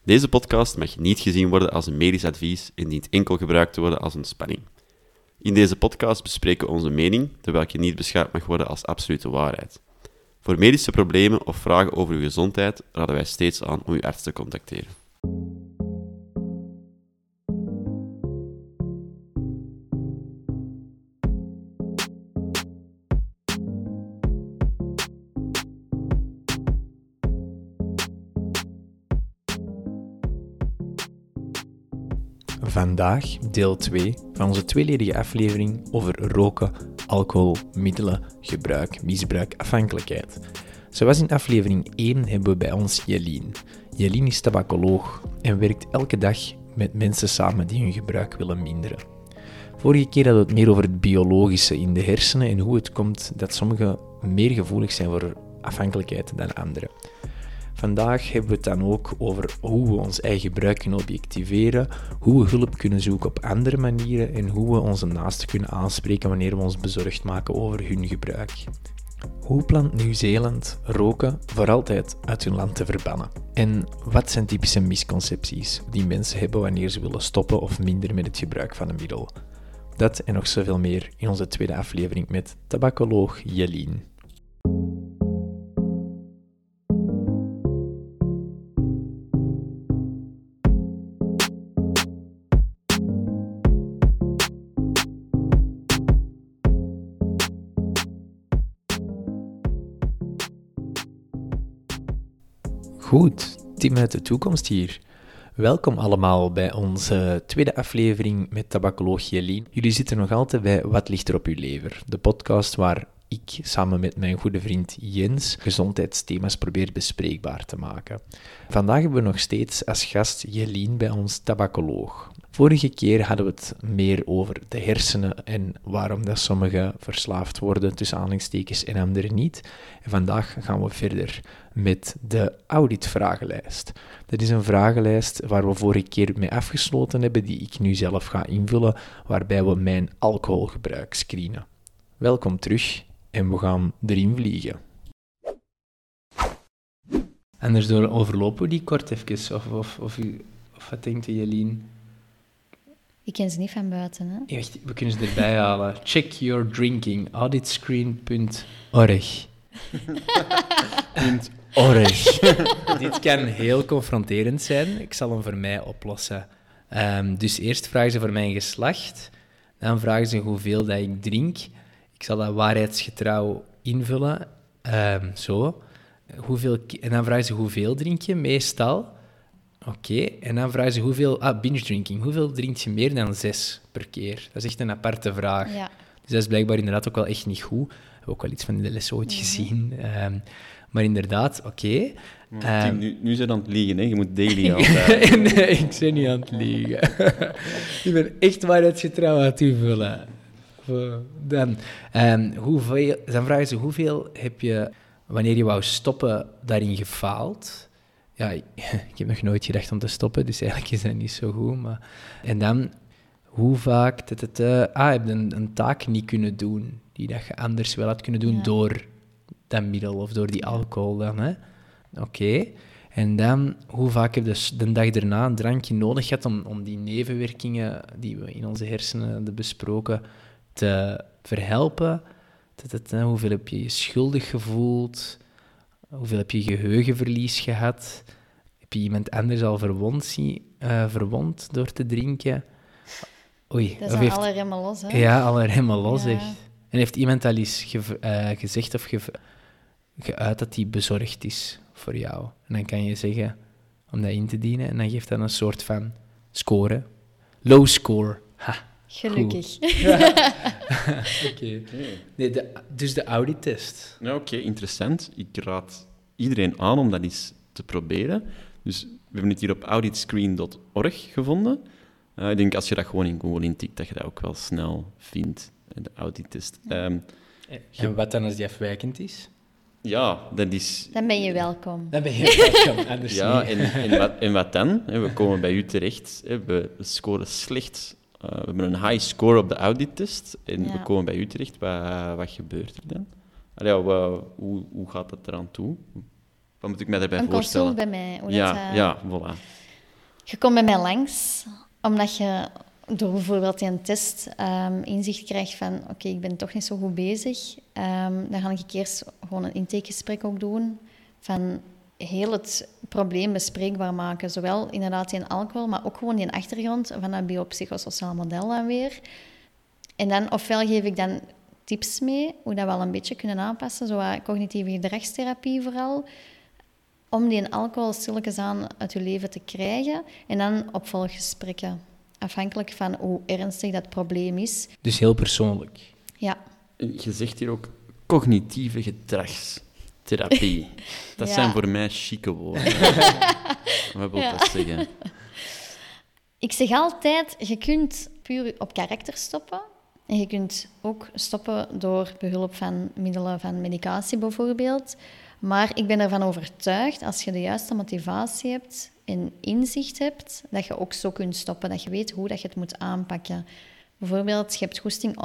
Deze podcast mag niet gezien worden als een medisch advies en dient enkel gebruikt te worden als ontspanning. In deze podcast bespreken we onze mening, terwijl je niet beschouwd mag worden als absolute waarheid. Voor medische problemen of vragen over uw gezondheid raden wij steeds aan om uw arts te contacteren. Vandaag deel 2 van onze tweeledige aflevering over roken, alcohol, middelen, gebruik, misbruik, afhankelijkheid. Zoals in aflevering 1 hebben we bij ons Jelien. Jelien is tabacoloog en werkt elke dag met mensen samen die hun gebruik willen minderen. Vorige keer hadden we het meer over het biologische in de hersenen en hoe het komt dat sommigen meer gevoelig zijn voor afhankelijkheid dan anderen. Vandaag hebben we het dan ook over hoe we ons eigen gebruik kunnen objectiveren, hoe we hulp kunnen zoeken op andere manieren en hoe we onze naasten kunnen aanspreken wanneer we ons bezorgd maken over hun gebruik. Hoe plant Nieuw-Zeeland roken voor altijd uit hun land te verbannen? En wat zijn typische misconcepties die mensen hebben wanneer ze willen stoppen of minderen met het gebruik van een middel? Dat en nog zoveel meer in onze tweede aflevering met tabacoloog Jelien. Goed, Tim uit de toekomst hier. Welkom allemaal bij onze tweede aflevering met tabacoloog Jelien. Jullie zitten nog altijd bij Wat ligt er op uw lever? De podcast waar ik samen met mijn goede vriend Jens gezondheidsthema's probeer bespreekbaar te maken. Vandaag hebben we nog steeds als gast Jelien bij ons tabacoloog. Vorige keer hadden we het meer over de hersenen en waarom dat sommigen verslaafd worden tussen aanhalingstekens en anderen niet. En vandaag gaan we verder met de auditvragenlijst. Dat is een vragenlijst waar we vorige keer mee afgesloten hebben, die ik nu zelf ga invullen, waarbij we mijn alcoholgebruik screenen. Welkom terug en we gaan erin vliegen. Anders overlopen we die kort even, of wat denkt u, Jelien? Ik ken ze niet van buiten, hè? Echt, we kunnen ze erbij halen. Check your drinking. Auditscreen.org. Dit kan heel confronterend zijn. Ik zal hem voor mij oplossen. Dus eerst vragen ze voor mijn geslacht. Dan vragen ze hoeveel dat ik drink. Ik zal dat waarheidsgetrouw invullen. Zo. En dan vragen ze hoeveel drink je, meestal. Oké, en dan vragen ze hoeveel... binge drinking. Hoeveel drink je meer dan 6 per keer? Dat is echt een aparte vraag. Ja. Dus dat is blijkbaar inderdaad ook wel echt niet goed. We hebben ook wel iets van in de les ooit gezien. Maar inderdaad, oké. Tim, nu zijn je aan het liegen, hè? Je moet daily aan. Nee, ik ben niet aan het liegen. Ik ben echt waarheidsgetrouw aan het invullen. Dan vragen ze hoeveel heb je, wanneer je wou stoppen, daarin gefaald? Ja, ik heb nog nooit gedacht om te stoppen, dus eigenlijk is dat niet zo goed. Maar... En dan, hoe vaak heb je een taak niet kunnen doen die dat je anders wel had kunnen doen door dat middel of door die alcohol dan, hè? Oké. En dan, hoe vaak heb je de dag daarna een drankje nodig gehad om die nevenwerkingen die we in onze hersenen hebben besproken te verhelpen? Hoeveel heb je je schuldig gevoeld? Hoeveel heb je geheugenverlies gehad? Heb je iemand anders al verwond door te drinken? Oei. Dat is alle remmen los, hè? Ja, alle remmen los, Ja. echt. En heeft iemand al eens gezegd of geuit dat hij bezorgd is voor jou? En dan kan je zeggen, om dat in te dienen, en dan geeft dat een soort van score. Low score. Ha. Gelukkig. Oké. Nee, dus de auditest. Ja, oké, interessant. Ik raad iedereen aan om dat eens te proberen. Dus we hebben het hier op auditscreen.org gevonden. Ik denk als je dat gewoon in Google intikt, dat je dat ook wel snel vindt, de auditest. En wat dan als die afwijkend is? Ja, dat is... Dan ben je welkom. Dan ben je welkom, anders Ja, niet. en wat dan? We komen bij u terecht. We scoren slecht. We hebben een high score op de audittest. En we komen bij u terecht. Wat gebeurt er dan? Allee, hoe gaat dat eraan toe? Wat moet ik mij daarbij voorstellen? Een consult bij mij. Ja, voilà. Je komt bij mij langs, omdat je door bijvoorbeeld een test inzicht krijgt van oké, ik ben toch niet zo goed bezig. Dan ga ik eerst gewoon een intakegesprek ook doen van heel het probleem bespreekbaar maken. Zowel inderdaad in alcohol, maar ook gewoon in achtergrond van dat biopsychosociaal model dan weer. En dan ofwel geef ik dan tips mee, hoe dat we al een beetje kunnen aanpassen, zoals cognitieve gedragstherapie vooral, om die alcohol stilletjes aan uit je leven te krijgen. En dan opvolggesprekken, afhankelijk van hoe ernstig dat probleem is. Dus heel persoonlijk. Ja. Je zegt hier ook cognitieve gedragstherapie. Dat Ja. zijn voor mij chique woorden. Wat wil dat zeggen? Ik zeg altijd, je kunt puur op karakter stoppen. En je kunt ook stoppen door behulp van middelen van medicatie bijvoorbeeld. Maar ik ben ervan overtuigd, als je de juiste motivatie hebt en inzicht hebt, dat je ook zo kunt stoppen. Dat je weet hoe dat je het moet aanpakken. Bijvoorbeeld, je hebt goesting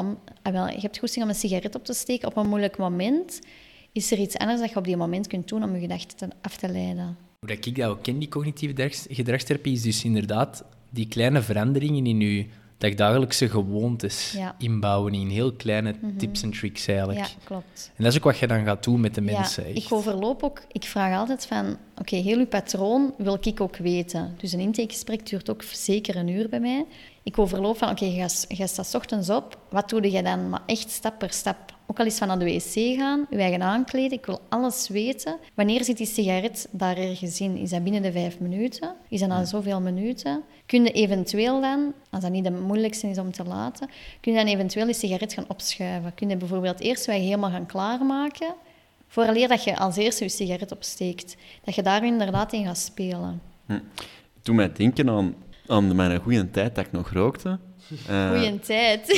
om een sigaret op te steken op een moeilijk moment. Is er iets anders dat je op die moment kunt doen om je gedachten af te leiden? Hoe dat ik dat ook ken, die cognitieve gedragstherapie, is dus inderdaad die kleine veranderingen in je dagdagelijkse gewoontes inbouwen in heel kleine tips en tricks eigenlijk. Ja, klopt. En dat is ook wat je dan gaat doen met de mensen. Ja, echt. ik overloop ook... Ik vraag altijd van... Oké, heel uw patroon wil ik ook weten. Dus een intakegesprek duurt ook zeker een uur bij mij. Ik overloop van... Oké, je staat 's ochtends op. Wat doe je dan? Maar echt stap per stap. Ook al eens van naar de wc gaan, je eigen aankleden. Ik wil alles weten. Wanneer zit die sigaret daar ergens in? Is dat binnen de 5 minuten? Is dat na zoveel minuten? Kun je eventueel dan, als dat niet de moeilijkste is om te laten, kun je dan eventueel die sigaret gaan opschuiven? Kun je bijvoorbeeld eerst wij helemaal gaan klaarmaken, vooraleer dat je als eerste je sigaret opsteekt. Dat je daar inderdaad in gaat spelen. Toen mij denken aan mijn goede tijd dat ik nog rookte. Goeie tijd.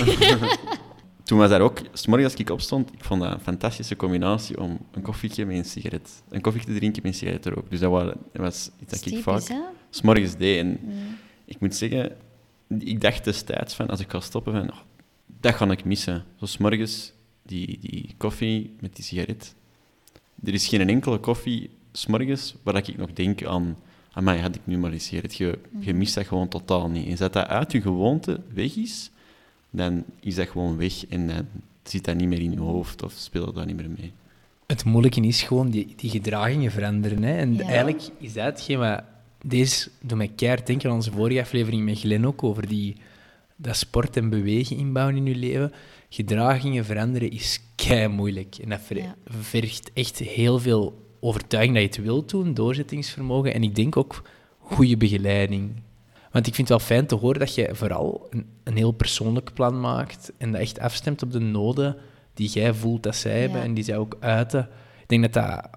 Toen was daar ook, 's morgens als ik opstond, ik vond dat een fantastische combinatie om een koffietje met een sigaret, een koffie te drinken met een sigaret te roken. Dus dat was iets dat ik vaak 's morgens deed. En ik moet zeggen, ik dacht destijds van, als ik ga stoppen, van, dat ga ik missen. Zo 's morgens die koffie met die sigaret. Er is geen enkele koffie 's morgens waar ik nog denk aan, amai, had ik nu maar die sigaret. Je mist dat gewoon totaal niet. En dat uit je gewoonte weg is, dan is dat gewoon weg en dan zit dat niet meer in je hoofd of speelt dat niet meer mee. Het moeilijke is gewoon die gedragingen veranderen. Hè? En Ja. eigenlijk is dat hetgeen wat... Deze doet mij keihard denken aan onze vorige aflevering met Glenn ook, over dat sport en bewegen inbouwen in je leven. Gedragingen veranderen is kei moeilijk. En dat vergt echt heel veel overtuiging dat je het wilt doen, doorzettingsvermogen en ik denk ook goede begeleiding. Want ik vind het wel fijn te horen dat je vooral een heel persoonlijk plan maakt en dat echt afstemt op de noden die jij voelt dat zij hebben en die zij ook uiten. Ik denk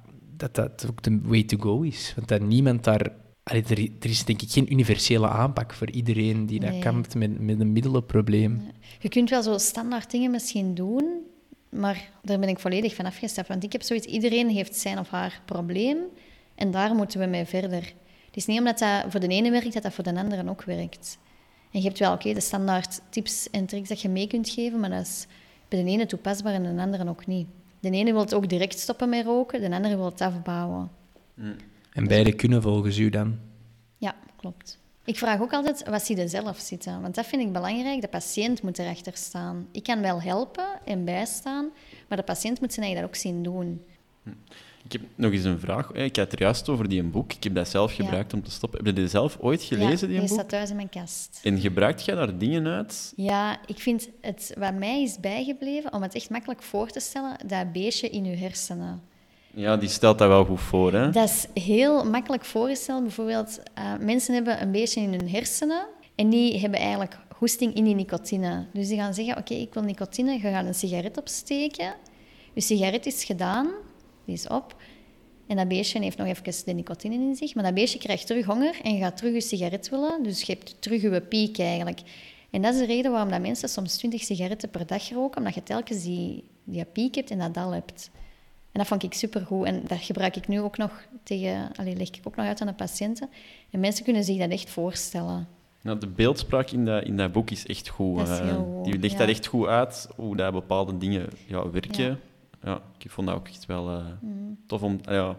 dat ook de way to go is. Want dat niemand daar... Allee, er is denk ik geen universele aanpak voor iedereen die dat kampt met een middelenprobleem. Je kunt wel zo standaard dingen misschien doen, maar daar ben ik volledig van afgestapt. Want ik heb zoiets, iedereen heeft zijn of haar probleem en daar moeten we mee verder. Het is niet omdat dat voor de ene werkt, dat dat voor de andere ook werkt. En je hebt wel de standaard tips en tricks dat je mee kunt geven, maar dat is bij de ene toepasbaar en de andere ook niet. De ene wil het ook direct stoppen met roken, de andere wil het afbouwen. En beide kunnen volgens u dan? Ja, klopt. Ik vraag ook altijd, wat zie je zelf zitten? Want dat vind ik belangrijk, de patiënt moet erachter staan. Ik kan wel helpen en bijstaan, maar de patiënt moet zijn eigen dat ook zien doen. Ik heb nog eens een vraag. Ik had het er juist over die boek. Ik heb dat zelf gebruikt om te stoppen. Heb je die zelf ooit gelezen, die die boek? staat thuis in mijn kast. En gebruikt jij daar dingen uit? Ja, ik vind het wat mij is bijgebleven, om het echt makkelijk voor te stellen, dat beestje in je hersenen. Ja, die stelt dat wel goed voor, hè? Dat is heel makkelijk voorgesteld. Bijvoorbeeld, mensen hebben een beestje in hun hersenen en die hebben eigenlijk goesting in die nicotine. Dus die gaan zeggen, oké, ik wil nicotine, je gaat een sigaret opsteken. Je sigaret is gedaan, die is op. En dat beestje heeft nog even de nicotine in zich. Maar dat beestje krijgt terug honger en gaat terug je sigaret willen. Dus je hebt terug je piek eigenlijk. En dat is de reden waarom dat mensen soms 20 sigaretten per dag roken. Omdat je telkens die piek hebt en dat dal hebt. En dat vond ik supergoed. En dat gebruik ik nu ook nog leg ik ook nog uit aan de patiënten. En mensen kunnen zich dat echt voorstellen. Nou, de beeldspraak in dat boek is echt goed. Dat is heel goed, Die legt dat echt goed uit, hoe dat bepaalde dingen werken. Ja. Ja, ik vond dat ook echt wel tof om...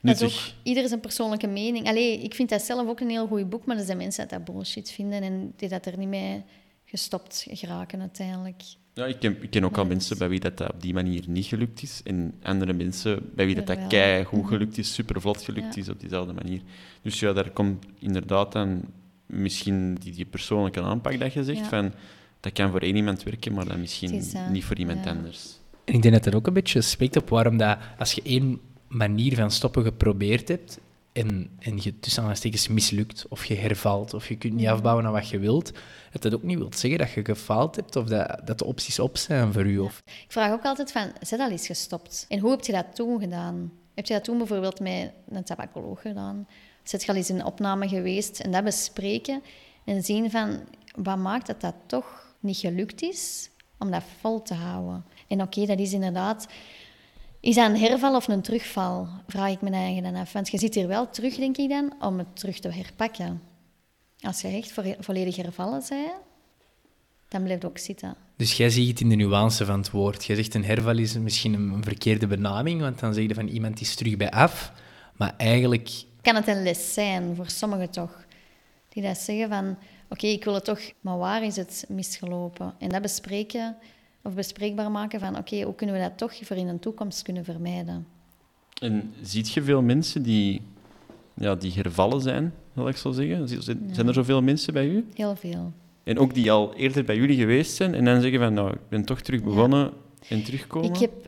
Dat is ook ieder zijn persoonlijke mening. Allee, ik vind dat zelf ook een heel goed boek, maar er zijn mensen dat bullshit vinden en die dat er niet mee gestopt geraken uiteindelijk. Ja, ik ken ook al mensen bij wie dat op die manier niet gelukt is. En andere mensen bij wie dat keigoed gelukt is, supervlot gelukt is op diezelfde manier. Dus ja, daar komt inderdaad dan misschien die persoonlijke aanpak dat je zegt. Van, dat kan voor één iemand werken, maar dan misschien niet voor iemand anders. En ik denk dat dat ook een beetje spreekt op waarom dat, als je één manier van stoppen geprobeerd hebt en je tussen aanstekens mislukt, of je hervalt, of je kunt niet afbouwen aan wat je wilt, dat ook niet wil zeggen dat je gefaald hebt of dat de opties op zijn voor u. Of... Ik vraag ook altijd van, is dat al eens gestopt? En hoe heb je dat toen gedaan? Heb je dat toen bijvoorbeeld met een tabacoloog gedaan? Zit je al eens in een opname geweest en dat bespreken en zien van, wat maakt dat dat toch niet gelukt is om dat vol te houden? En oké, dat is inderdaad... Is dat een herval of een terugval? Vraag ik me eigen dan af. Want je zit hier wel terug, denk ik dan, om het terug te herpakken. Als je echt volledig hervallen bent, dan blijft het ook zitten. Dus jij ziet het in de nuance van het woord. Jij zegt een herval is misschien een verkeerde benaming, want dan zeg je van iemand is terug bij af. Maar eigenlijk... Kan het een les zijn, voor sommigen toch? Die dat zeggen van, oké, ik wil het toch, maar waar is het misgelopen? En dat bespreken... Of bespreekbaar maken van, oké, hoe kunnen we dat toch voor in de toekomst kunnen vermijden? En ziet je veel mensen die hervallen zijn, zal ik zo zeggen? Zijn er zoveel mensen bij u? Heel veel. En ook die al eerder bij jullie geweest zijn en dan zeggen van, nou, ik ben toch terug begonnen en terugkomen? Ik heb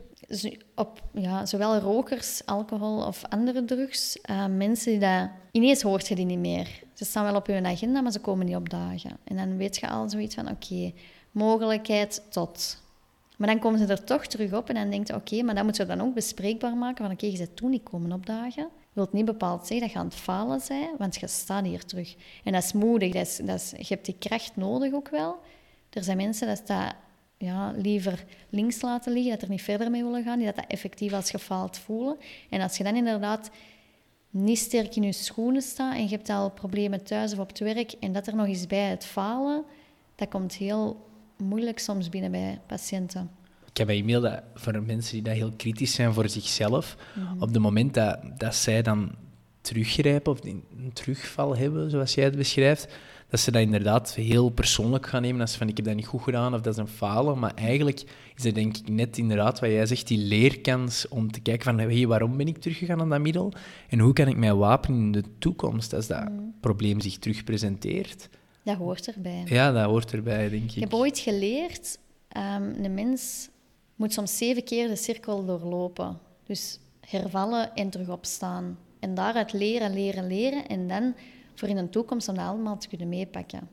zowel rokers, alcohol of andere drugs, mensen die dat... Ineens hoort je die niet meer. Ze staan wel op hun agenda, maar ze komen niet opdagen. En dan weet je al zoiets van, oké, mogelijkheid tot... Maar dan komen ze er toch terug op en dan denkt je, oké, maar dat moeten we dan ook bespreekbaar maken van, oké, je bent toen niet komen opdagen. Wil het niet bepaald zeggen dat je aan het falen bent, want je staat hier terug. En dat is moedig, je hebt die kracht nodig ook wel. Er zijn mensen dat liever links laten liggen, dat er niet verder mee willen gaan, die dat effectief als gefaald voelen. En als je dan inderdaad niet sterk in je schoenen staat en je hebt al problemen thuis of op het werk en dat er nog eens bij het falen, dat komt heel moeilijk soms binnen bij patiënten. Ik heb bij e-mail dat voor mensen die dat heel kritisch zijn voor zichzelf, op het moment dat zij dan teruggrijpen of een terugval hebben, zoals jij het beschrijft, dat ze dat inderdaad heel persoonlijk gaan nemen als van ik heb dat niet goed gedaan of dat is een falen. Maar eigenlijk is dat denk ik net inderdaad wat jij zegt, die leerkans om te kijken van hey, waarom ben ik teruggegaan aan dat middel en hoe kan ik mij wapenen in de toekomst als dat probleem zich terug presenteert. Dat hoort erbij. Ja, dat hoort erbij, denk ik. Ik heb ooit geleerd, een mens moet soms 7 keer de cirkel doorlopen. Dus hervallen en terug opstaan. En daaruit leren en dan voor in de toekomst om dat allemaal te kunnen meepakken.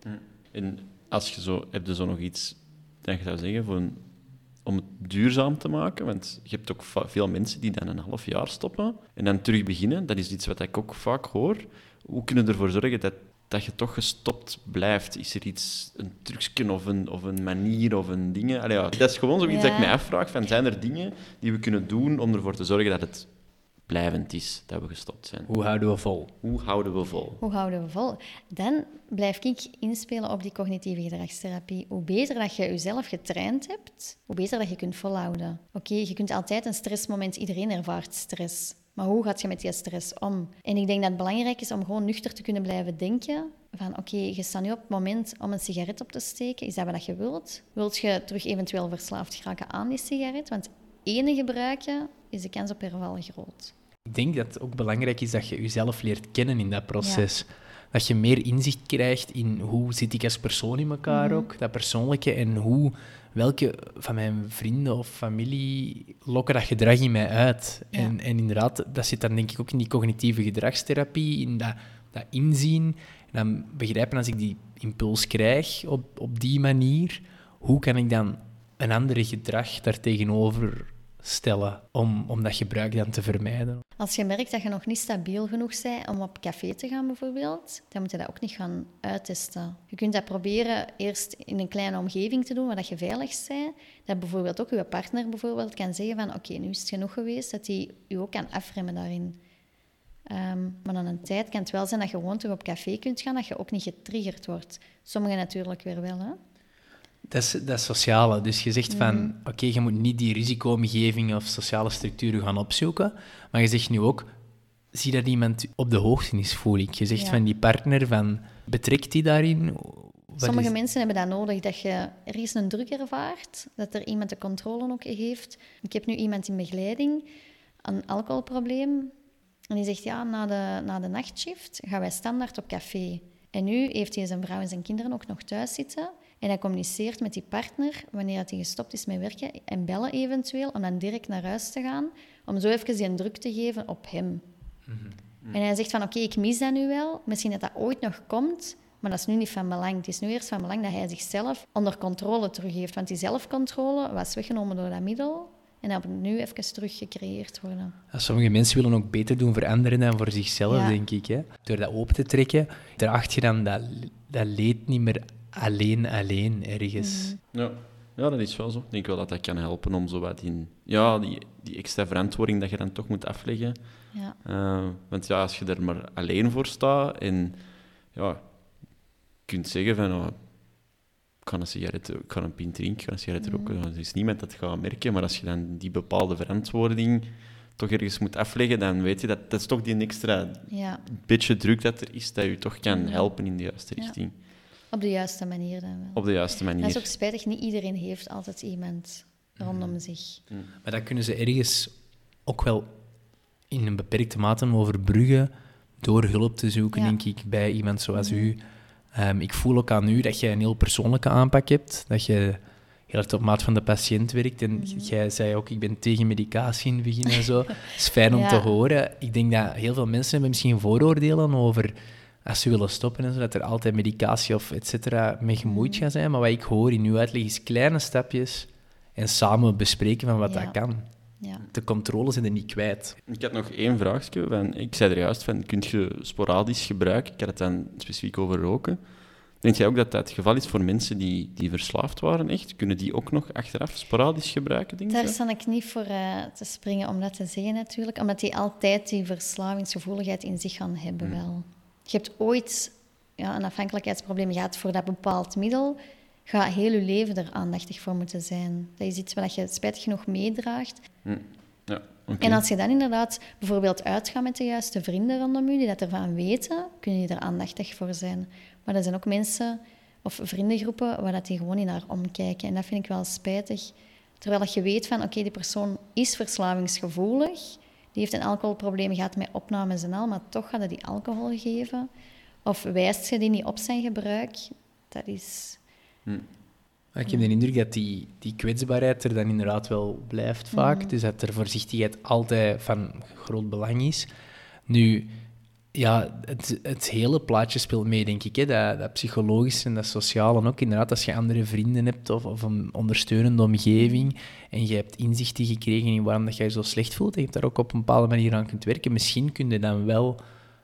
En als je heb je zo nog iets dat je zou zeggen om het duurzaam te maken? Want je hebt ook veel mensen die dan een half jaar stoppen en dan terug beginnen. Dat is iets wat ik ook vaak hoor. Hoe kunnen we ervoor zorgen dat je toch gestopt blijft? Is er iets, een trucje of een manier of een ding? Dat is gewoon zoiets dat ik mij afvraag. Zijn er dingen die we kunnen doen om ervoor te zorgen dat het blijvend is, dat we gestopt zijn? Hoe houden we vol? Hoe houden we vol? Dan blijf ik inspelen op die cognitieve gedragstherapie. Hoe beter dat je jezelf getraind hebt, hoe beter dat je kunt volhouden. Oké, je kunt altijd een stressmoment, iedereen ervaart stress. Maar hoe gaat je met die stress om? En ik denk dat het belangrijk is om gewoon nuchter te kunnen blijven denken van oké, je staat nu op het moment om een sigaret op te steken. Is dat wat je wilt? Wilt je terug eventueel verslaafd geraken aan die sigaret? Want ene gebruiken is de kans op herval groot. Ik denk dat het ook belangrijk is dat je jezelf leert kennen in dat proces. Ja. Dat je meer inzicht krijgt in hoe zit ik als persoon in elkaar ook, dat persoonlijke, en welke van mijn vrienden of familie lokken dat gedrag in mij uit. Ja. En inderdaad, dat zit dan denk ik ook in die cognitieve gedragstherapie, in dat inzien. En dan begrijpen als ik die impuls krijg op die manier, hoe kan ik dan een andere gedrag daartegenover stellen om dat gebruik dan te vermijden. Als je merkt dat je nog niet stabiel genoeg bent om op café te gaan bijvoorbeeld, dan moet je dat ook niet gaan uittesten. Je kunt dat proberen eerst in een kleine omgeving te doen waar je veilig bent. Dat bijvoorbeeld ook je partner bijvoorbeeld kan zeggen van oké, nu is het genoeg geweest, dat hij je ook kan afremmen daarin. Maar aan een tijd kan het wel zijn dat je gewoon terug op café kunt gaan, dat je ook niet getriggerd wordt. Sommigen natuurlijk weer wel, hè. Dat is sociale. Dus je zegt van, oké, je moet niet die risico-omgeving of sociale structuren gaan opzoeken, maar je zegt nu ook, zie dat iemand op de hoogte is, voel ik. Je zegt Ja. van die partner, van, betrekt die daarin? Wat Sommige is- mensen hebben dat nodig, dat je ergens een druk ervaart, dat er iemand de controle ook heeft. Ik heb nu iemand in begeleiding, een alcoholprobleem. En die zegt, ja, na de nachtshift gaan wij standaard op café. En nu heeft hij zijn vrouw en zijn kinderen ook nog thuis zitten. En hij communiceert met die partner wanneer hij gestopt is met werken en bellen eventueel, om dan direct naar huis te gaan, om zo even die druk te geven op hem. En hij zegt van, oké, ik mis dat nu wel. Misschien dat dat ooit nog komt, maar dat is nu niet van belang. Het is nu eerst van belang dat hij zichzelf onder controle terug heeft. Want die zelfcontrole was weggenomen door dat middel. En dat moet nu even terug gecreëerd worden. Ja, sommige mensen willen ook beter doen voor anderen dan voor zichzelf, Ja. denk ik. Hè? Door dat open te trekken, daarachter je dan dat leed niet meer alleen ergens. Ja. Ja, dat is wel zo. Ik denk wel dat dat kan helpen om zo wat die extra verantwoording dat je dan toch moet afleggen. Ja. Want ja, als je er maar alleen voor staat en ja, je kunt zeggen van ik ga een pint drinken, ik ga een sigaret roken. Er is niemand dat gaat merken, maar als je dan die bepaalde verantwoording toch ergens moet afleggen, dan weet je dat is toch die extra Ja, beetje druk dat er is, dat je toch kan helpen in de juiste Ja. richting. op de juiste manier dan wel. Op de juiste manier. Dat is ook spijtig, niet iedereen heeft altijd iemand rondom zich. Maar dat kunnen ze ergens ook wel in een beperkte mate overbruggen door hulp te zoeken, Ja. denk ik, bij iemand zoals u. Ik voel ook aan u dat je een heel persoonlijke aanpak hebt, dat je heel erg op maat van de patiënt werkt. En jij zei ook, ik ben tegen medicatie in het begin en zo. Dat is fijn om Ja. te horen. Ik denk dat heel veel mensen hebben misschien vooroordelen over, als ze willen stoppen en zo, dat er altijd medicatie of et cetera mee gemoeid gaat zijn. Maar wat ik hoor in uw uitleg is kleine stapjes en samen bespreken van wat Ja. dat kan. Ja. De controle zijn er niet kwijt. Ik had nog één vraagje. Ik zei er juist van, kun je sporadisch gebruiken? Ik had het dan specifiek over roken. Denk jij ook dat dat het geval is voor mensen die verslaafd waren, echt? Kunnen die ook nog achteraf sporadisch gebruiken, denk Daar je? sta ik niet voor te springen om dat te zeggen natuurlijk. Omdat die altijd die verslavingsgevoeligheid in zich gaan hebben wel. Je hebt ooit een afhankelijkheidsprobleem gehad voor dat bepaald middel. Ga heel je leven er aandachtig voor moeten zijn. Dat is iets wat je spijtig genoeg meedraagt. Ja, oké. En als je dan inderdaad bijvoorbeeld uitgaat met de juiste vrienden rondom je, die dat ervan weten, kun je er aandachtig voor zijn. Maar er zijn ook mensen of vriendengroepen waar dat die gewoon niet naar omkijken. En dat vind ik wel spijtig. Terwijl dat je weet van, oké, die persoon is verslavingsgevoelig. Die heeft een alcoholprobleem gehad met opnames en al, maar toch gaat hij die alcohol geven. Of wijst je die niet op zijn gebruik. Dat is... Maar ik heb de indruk dat die kwetsbaarheid er dan inderdaad wel blijft vaak. Dus dat er voorzichtigheid altijd van groot belang is. Nu, ja, het hele plaatje speelt mee, denk ik. Hè? Dat psychologische en dat sociale ook. Inderdaad, als je andere vrienden hebt of een ondersteunende omgeving en je hebt inzichten gekregen in waarom dat je je zo slecht voelt en je hebt daar ook op een bepaalde manier aan kunt werken, misschien kun je dan wel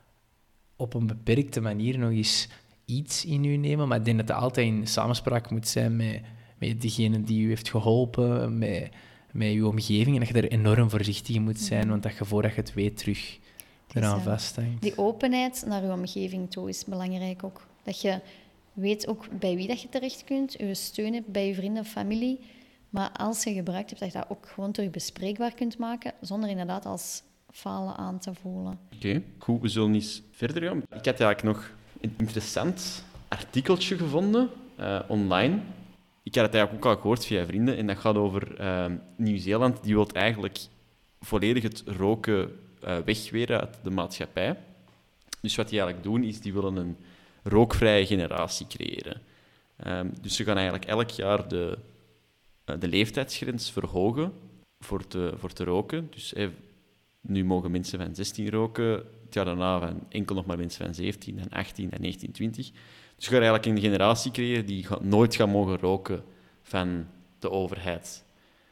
op een beperkte manier nog eens iets in u nemen, maar ik denk dat het altijd in samenspraak moet zijn met degene die u heeft geholpen, met uw omgeving, en dat je er enorm voorzichtig in moet zijn, want dat je voordat je het weet terug eraan vasthangt. Die openheid naar je omgeving toe is belangrijk ook. Dat je weet ook bij wie dat je terecht kunt, je steun hebt bij je vrienden of familie, maar als je gebruikt hebt, dat je dat ook gewoon terug bespreekbaar kunt maken, zonder inderdaad als falen aan te voelen. Oké, goed, we zullen eens verder gaan. Ik had eigenlijk nog een interessant artikeltje gevonden online. Ik had het eigenlijk ook al gehoord via vrienden. En dat gaat over Nieuw-Zeeland. Die wil eigenlijk volledig het roken wegweren uit de maatschappij. Dus wat die eigenlijk doen, is die willen een rookvrije generatie creëren. Dus ze gaan eigenlijk elk jaar de leeftijdsgrens verhogen voor te roken. Dus nu mogen mensen van 16 roken, het jaar daarna enkel nog maar mensen van 17, en 18, en 19, 20. Dus je gaat eigenlijk een generatie creëren die nooit gaat mogen roken van de overheid.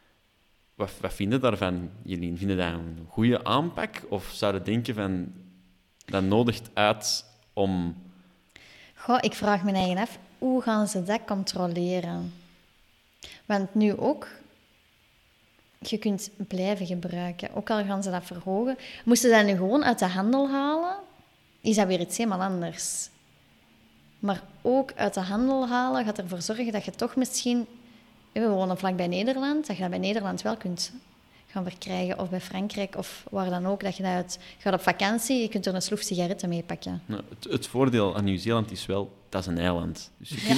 Wat vinden daarvan, Jelien? Vinden dat een goede aanpak? Of zouden denken van, dat nodigt uit om... Goh, ik vraag me eigen af, hoe gaan ze dat controleren? Want nu ook, je kunt blijven gebruiken, ook al gaan ze dat verhogen. Moesten ze dat nu gewoon uit de handel halen, is dat weer iets helemaal anders. Maar ook uit de handel halen gaat ervoor zorgen dat je toch misschien... We wonen vlakbij Nederland, dat je dat bij Nederland wel kunt gaan verkrijgen. Of bij Frankrijk of waar dan ook. Dat je gaat op vakantie, je kunt er een sloef sigaretten mee pakken. Nou, het voordeel aan Nieuw-Zeeland is wel, dat is een eiland. Dus je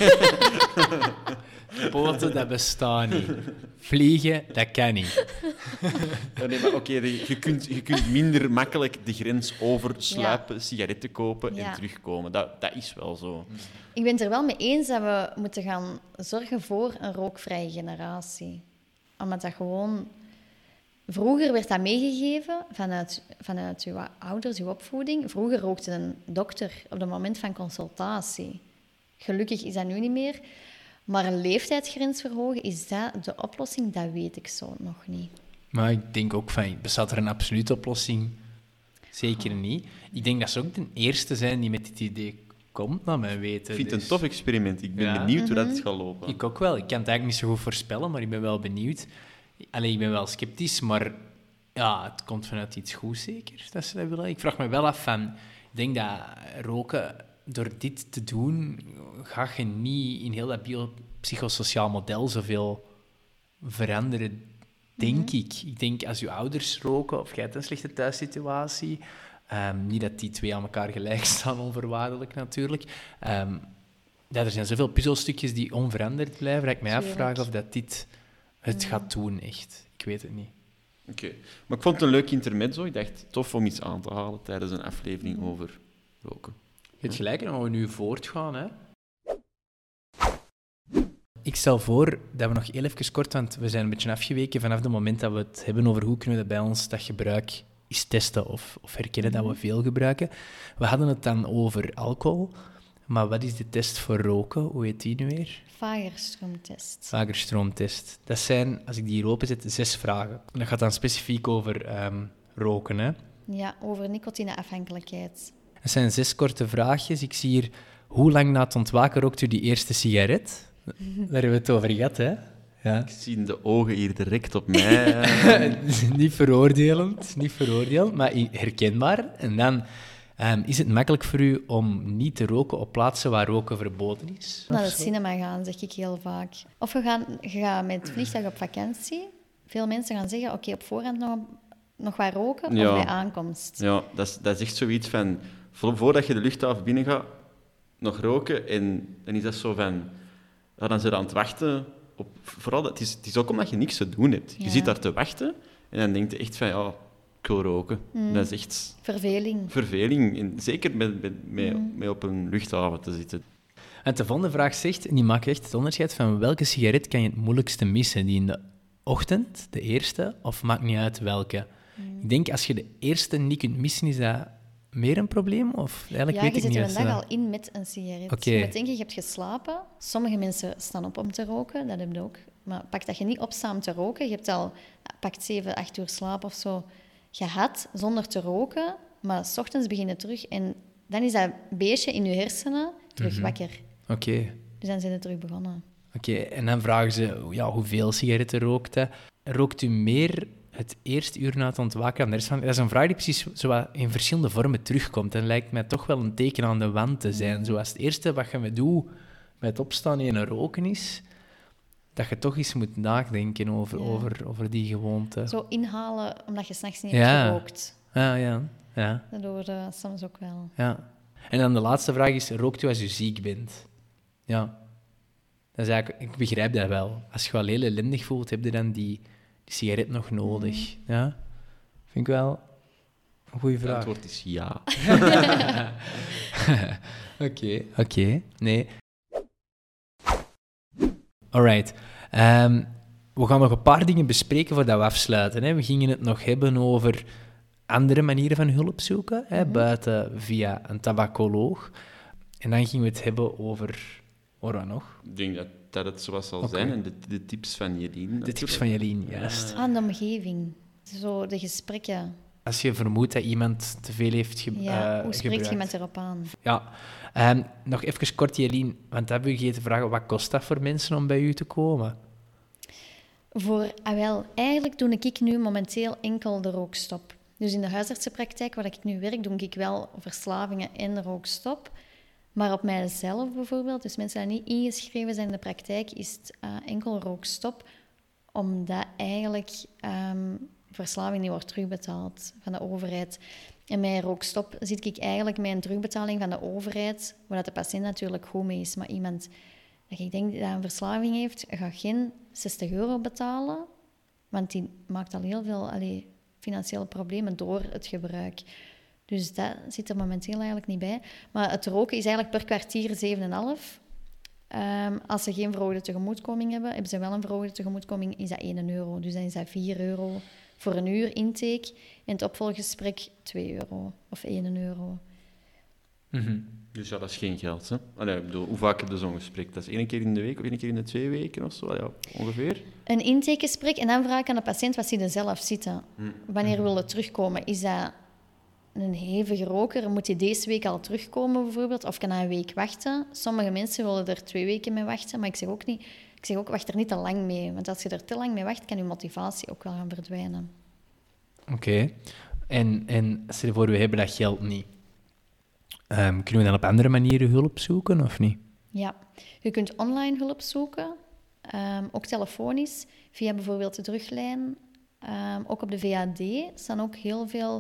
kunt Boten, dat bestaat niet. Vliegen, dat kan niet. Ja, nee, maar oké, je kunt minder makkelijk de grens oversluipen, sigaretten kopen en terugkomen. Dat is wel zo. Ik ben het er wel mee eens dat we moeten gaan zorgen voor een rookvrije generatie. Omdat dat gewoon... Vroeger werd dat meegegeven vanuit uw ouders, uw opvoeding. Vroeger rookte een dokter op het moment van consultatie. Gelukkig is dat nu niet meer. Maar een leeftijdsgrens verhogen, is dat de oplossing? Dat weet ik zo nog niet. Maar ik denk ook van, bestaat er een absolute oplossing? Zeker niet. Ik denk dat ze ook de eerste zijn die met dit idee komt, naar mijn weten. Ik vind het een tof experiment. Ik ben benieuwd hoe dat het gaat lopen. Ik ook wel. Ik kan het eigenlijk niet zo goed voorspellen, maar ik ben wel benieuwd. Allee, ik ben wel sceptisch, maar ja, het komt vanuit iets goeds zeker, dat ze dat willen. Ik vraag me wel af van... Ik denk dat roken, door dit te doen, ga je niet in heel dat biopsychosociaal model zoveel veranderen, denk ik. Ik denk, als je ouders roken, of jij hebt een slechte thuissituatie, niet dat die twee aan elkaar gelijk staan, onvoorwaardelijk natuurlijk, er zijn zoveel puzzelstukjes die onveranderd blijven, dat ik mij afvraag of dat dit het gaat doen, echt. Ik weet het niet. Oké. Maar ik vond het een leuk intermezzo. Ik dacht, tof om iets aan te halen tijdens een aflevering over roken. Je hebt gelijk, en dan gaan we nu voortgaan, hè. Ik stel voor dat we nog heel even kort, want we zijn een beetje afgeweken vanaf het moment dat we het hebben over hoe kunnen we bij ons dat gebruik eens testen of herkennen dat we veel gebruiken. We hadden het dan over alcohol, maar wat is de test voor roken? Hoe heet die nu weer? Fagerström-test. Fagerström-test. Dat zijn, als ik die hier openzet, 6 vragen. En dat gaat dan specifiek over roken, hè? Ja, over nicotineafhankelijkheid. Dat zijn 6 korte vraagjes. Ik zie hier, hoe lang na het ontwaken rookt u die eerste sigaret? Daar hebben we het over gehad, hè? Ja. Ik zie de ogen hier direct op mij. Niet veroordelend, maar herkenbaar. En dan is het makkelijk voor u om niet te roken op plaatsen waar roken verboden is? Naar de cinema gaan, zeg ik heel vaak. Of je gaat met het vliegtuig op vakantie. Veel mensen gaan zeggen, oké, op voorhand nog wat roken, of bij aankomst. Ja, dat is echt zoiets van... Voordat je de luchthaven binnengaat, nog roken. En dan is dat zo van... Ja, dan zijn ze aan het wachten. Vooral, het is ook omdat je niks te doen hebt. Je zit daar te wachten en dan denk je echt van... Ja, ik wil roken. Dat is echt... Verveling. En zeker met op een luchthaven te zitten. En de volgende vraag zegt, en die maakt echt het onderscheid van welke sigaret kan je het moeilijkste missen? Die in de ochtend, de eerste, of maakt niet uit welke? Ik denk, als je de eerste niet kunt missen, is dat meer een probleem? Of eigenlijk weet ik niet. Ja, je zit er een dag al in met een sigaret. Okay. Je moet denken, je hebt geslapen. Sommige mensen staan op om te roken, dat heb je ook. Maar pak dat je niet opstaat om te roken. Je hebt al pakt 7, 8 uur slaap of zo gehad zonder te roken. Maar 's ochtends begin je terug en dan is dat beestje in je hersenen terug wakker. Oké. Dus dan zijn ze terug begonnen. Oké, en dan vragen ze, ja, hoeveel sigaretten rookt hij? Rookt u meer het eerste uur na het ontwaken dan de rest van? Dat is een vraag die precies zo wat in verschillende vormen terugkomt. En lijkt mij toch wel een teken aan de wand te zijn. Zoals het eerste wat je met doet met het opstaan en roken is, dat je toch eens moet nadenken over die gewoonte. Zo inhalen omdat je 's nachts niet hebt gerookt. Ja. Dat hoort soms ook wel. Ja. En dan de laatste vraag is, rookt u als u ziek bent? Ja. Dat is eigenlijk, ik begrijp dat wel. Als je wel heel ellendig voelt, heb je dan die sigaret nog nodig. Ja? Vind ik wel een goede vraag. Het antwoord is ja. Oké. Nee. Alright. We gaan nog een paar dingen bespreken voordat we afsluiten. Hè. We gingen het nog hebben over andere manieren van hulp zoeken, hè, buiten via een tabacoloog. En dan gingen we het hebben over... wat nog? Ik denk dat het zoals zal zijn. En de tips van Jelien. De tips van Jelien, juist. Aan de omgeving. Zo de gesprekken. Als je vermoedt dat iemand te veel heeft gebruikt. Hoe spreek je met erop aan? Ja. Nog even kort, Jelien, want dat heb je vergeten te vragen. Wat kost dat voor mensen om bij u te komen? Eigenlijk doe ik nu momenteel enkel de rookstop. Dus in de huisartsenpraktijk waar ik nu werk, doe ik wel verslavingen en rookstop. Maar op mijzelf bijvoorbeeld, dus mensen die niet ingeschreven zijn in de praktijk, is het enkel rookstop. omdat eigenlijk verslaving niet wordt terugbetaald van de overheid. En met rookstop zit ik eigenlijk met een terugbetaling van de overheid, waar dat de patiënt natuurlijk goed mee is. Maar iemand dat ik denk dat een verslaving heeft, gaat geen €60 betalen, want die maakt al heel veel financiële problemen door het gebruik. Dus dat zit er momenteel eigenlijk niet bij. Maar het roken is eigenlijk per kwartier 7,5. Als ze geen verhoogde tegemoetkoming hebben ze wel een verhoogde tegemoetkoming, is dat €1. Dus dan is dat €4 voor een uur intake. En het opvolggesprek €2 of €1. Dus ja, dat is geen geld, hè? Allee, ik bedoel, hoe vaak heb je zo'n gesprek? Dat is 1 keer in de week of 1 keer in de 2 weken of zo? Ja, ongeveer. Een intakegesprek en dan vraag ik aan de patiënt wat ze er zelf zitten. Wanneer wil het terugkomen? Is dat een hevige roker? Moet hij deze week al terugkomen bijvoorbeeld? Of kan hij een week wachten? Sommige mensen willen er 2 weken mee wachten, maar ik zeg ook niet... Ik zeg ook, wacht er niet te lang mee. Want als je er te lang mee wacht, kan je motivatie ook wel gaan verdwijnen. Oké. En stel je voor, we hebben dat geld niet. Kunnen we dan op andere manieren hulp zoeken, of niet? Ja. Je kunt online hulp zoeken. Ook telefonisch. Via bijvoorbeeld de druglijn. Ook op de VAD staan ook heel veel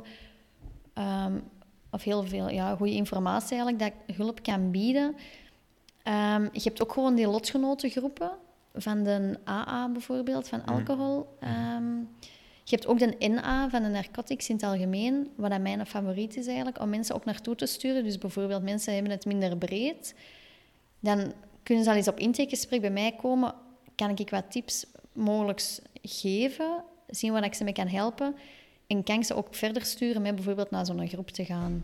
goede informatie eigenlijk, dat hulp kan bieden. Je hebt ook gewoon die lotgenotengroepen van de AA bijvoorbeeld, van alcohol. Je hebt ook de NA van de narcotics in het algemeen, wat dat mijn favoriet is eigenlijk, om mensen ook naartoe te sturen. Dus bijvoorbeeld mensen hebben het minder breed. Dan kunnen ze al eens op intakegesprek bij mij komen. Kan ik wat tips mogelijk geven, zien waar ik ze mee kan helpen. En kan ik ze ook verder sturen met bijvoorbeeld naar zo'n groep te gaan.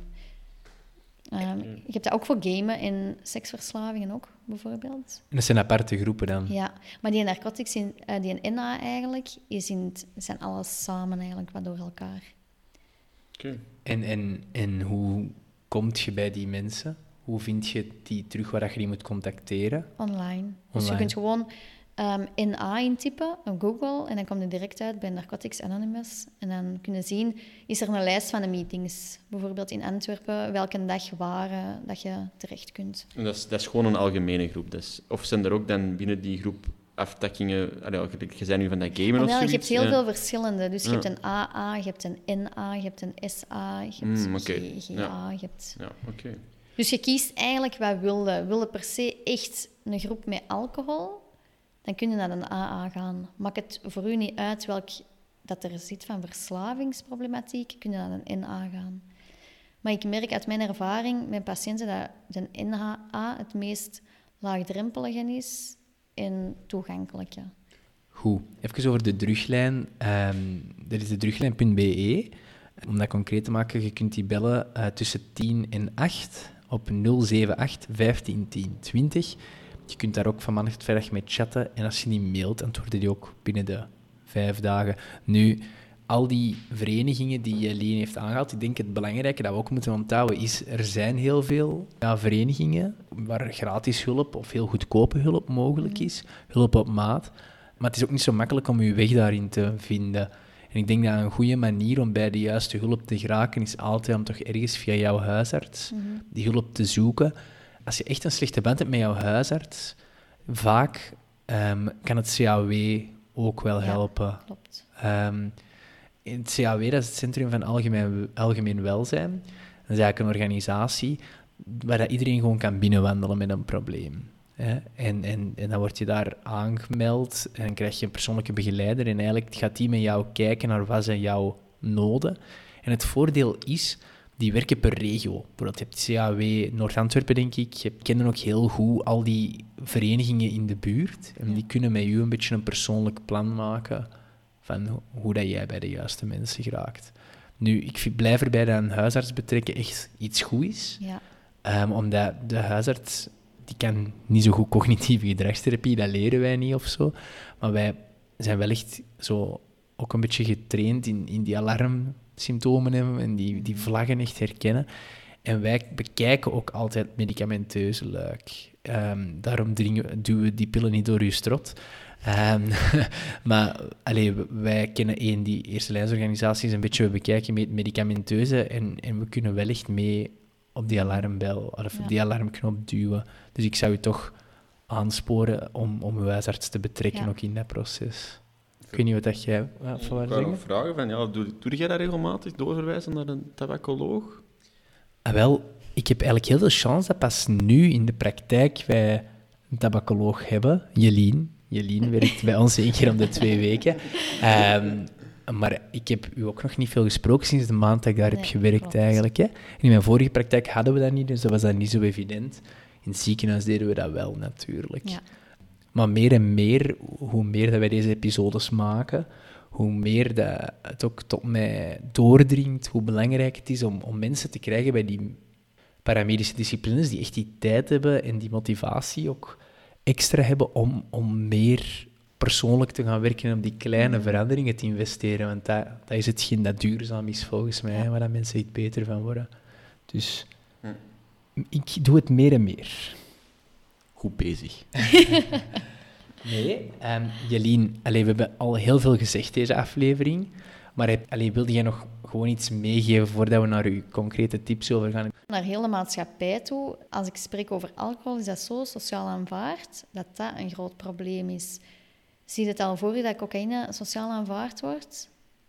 Je hebt dat ook voor gamen en seksverslavingen ook, bijvoorbeeld. En dat zijn aparte groepen dan? Ja, maar die narcotics, die NA eigenlijk, zijn alles samen eigenlijk, wat door elkaar. Oké. En hoe kom je bij die mensen? Hoe vind je die terug waar je die moet contacteren? Online. Dus je kunt gewoon NA intypen op Google en dan kom je direct uit bij Narcotics Anonymous. En dan kun je zien, is er een lijst van de meetings. Bijvoorbeeld in Antwerpen, welke dag waren dat je terecht kunt. En dat is gewoon een algemene groep. Of zijn er ook dan binnen die groep aftakkingen... Je zei nu van dat gamen of Wel, zoiets? je hebt heel veel verschillende. Dus je hebt een AA, je hebt een NA, je hebt een SA, je hebt GA, je hebt... Ja, oké. Dus je kiest eigenlijk wat wilde. Wilde per se echt een groep met alcohol, dan kun je naar een AA gaan. Maakt het voor u niet uit welk dat er zit van verslavingsproblematiek, kun je naar een NA gaan. Maar ik merk uit mijn ervaring met patiënten dat de NA het meest laagdrempelige is en toegankelijke. Goed. Even over de druglijn. Dat is de druglijn.be. Om dat concreet te maken, je kunt die bellen tussen 10 en 8 op 078 15 10 20. Je kunt daar ook van maandag tot vrijdag mee chatten. En als je die mailt, antwoorden die ook binnen de 5 dagen. Nu, al die verenigingen die Leen heeft aangehaald, ik denk het belangrijke dat we ook moeten onthouden is, er zijn heel veel verenigingen waar gratis hulp of heel goedkope hulp mogelijk is. Hulp op maat. Maar het is ook niet zo makkelijk om je weg daarin te vinden. En ik denk dat een goede manier om bij de juiste hulp te geraken is altijd om toch ergens via jouw huisarts die hulp te zoeken. Als je echt een slechte band hebt met jouw huisarts, vaak kan het CAW ook wel helpen. Ja, klopt. Het CAW, dat is het Centrum van Algemeen Welzijn. Dat is eigenlijk een organisatie waar dat iedereen gewoon kan binnenwandelen met een probleem. En dan word je daar aangemeld en dan krijg je een persoonlijke begeleider en eigenlijk gaat die met jou kijken naar wat zijn jouw noden. En het voordeel is, die werken per regio. Bijvoorbeeld, je hebt CAW Noord-Antwerpen, denk ik. Je kent ook heel goed al die verenigingen in de buurt. En die kunnen met u een beetje een persoonlijk plan maken van hoe dat jij bij de juiste mensen geraakt. Nu, ik blijf erbij dat een huisarts betrekken echt iets goed is. Ja. Omdat de huisarts, die kan niet zo goed cognitieve gedragstherapie, dat leren wij niet of zo. Maar wij zijn wel echt zo ook een beetje getraind in die alarmsymptomen hebben en die vlaggen echt herkennen. En wij bekijken ook altijd medicamenteuze luik. Daarom duwen we die pillen niet door uw strot. Maar wij kennen die eerste lijnsorganisaties een beetje, we bekijken met medicamenteuze en we kunnen wel echt mee op die alarmbel of die alarmknop duwen. Dus ik zou je toch aansporen om uw huisarts te betrekken ook in dat proces. Ik weet niet wat dat jij van Ik wou wou zeggen. nog vragen van, ja, doe jij dat regelmatig, doorverwijzen naar een tabacoloog? Ah, wel, ik heb eigenlijk heel veel chance dat pas nu in de praktijk wij een tabacoloog hebben. Jelien werkt bij ons 1 keer om de 2 weken. Maar ik heb u ook nog niet veel gesproken sinds de maand dat ik daar heb Nee, gewerkt klopt. eigenlijk. Hè. En in mijn vorige praktijk hadden we dat niet, dus dat was dan niet zo evident. In het ziekenhuis deden we dat wel natuurlijk. Ja. Maar meer en meer, hoe meer dat wij deze episodes maken, hoe meer dat het ook tot mij doordringt, hoe belangrijk het is om mensen te krijgen bij die paramedische disciplines die echt die tijd hebben en die motivatie ook extra hebben om meer persoonlijk te gaan werken en op die kleine veranderingen te investeren. Want dat is hetgeen dat duurzaam is volgens mij, waar dat mensen iets beter van worden. Dus ik doe het meer en meer. Goed bezig. Nee, Jelien, we hebben al heel veel gezegd deze aflevering, maar wilde jij nog gewoon iets meegeven voordat we naar uw concrete tips overgaan? Naar heel de maatschappij toe, als ik spreek over alcohol, is dat zo sociaal aanvaard dat dat een groot probleem is. Zie je het al voor je dat cocaïne sociaal aanvaard wordt?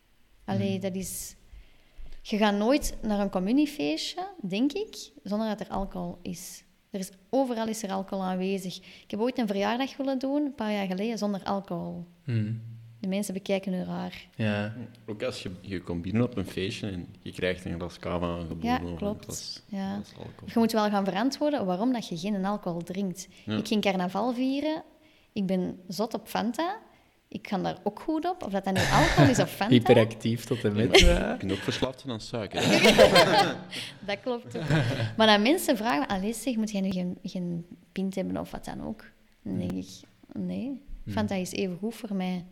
Dat is... Je gaat nooit naar een communiefeestje, denk ik, zonder dat er alcohol is. Overal is er alcohol aanwezig. Ik heb ooit een verjaardag willen doen, een paar jaar geleden, zonder alcohol. De mensen bekijken nu raar. Ja. Ook als je komt binnen op een feestje en je krijgt een glas cava aangeboden. Ja, of een klopt. glas Ja. alcohol. Je moet wel gaan verantwoorden waarom dat je geen alcohol drinkt. Ja. Ik ging carnaval vieren. Ik ben zot op Fanta. Ik ga daar ook goed op. Of dat nu alcohol is of Fanta. Hyperactief tot en met. Je kunt ook verslaafd zijn aan suiker. Hè? Dat klopt ook. Maar dan mensen vragen, allee zeg, moet jij nu geen pint hebben of wat dan ook? Dan denk ik, nee. Fanta is even goed voor mij.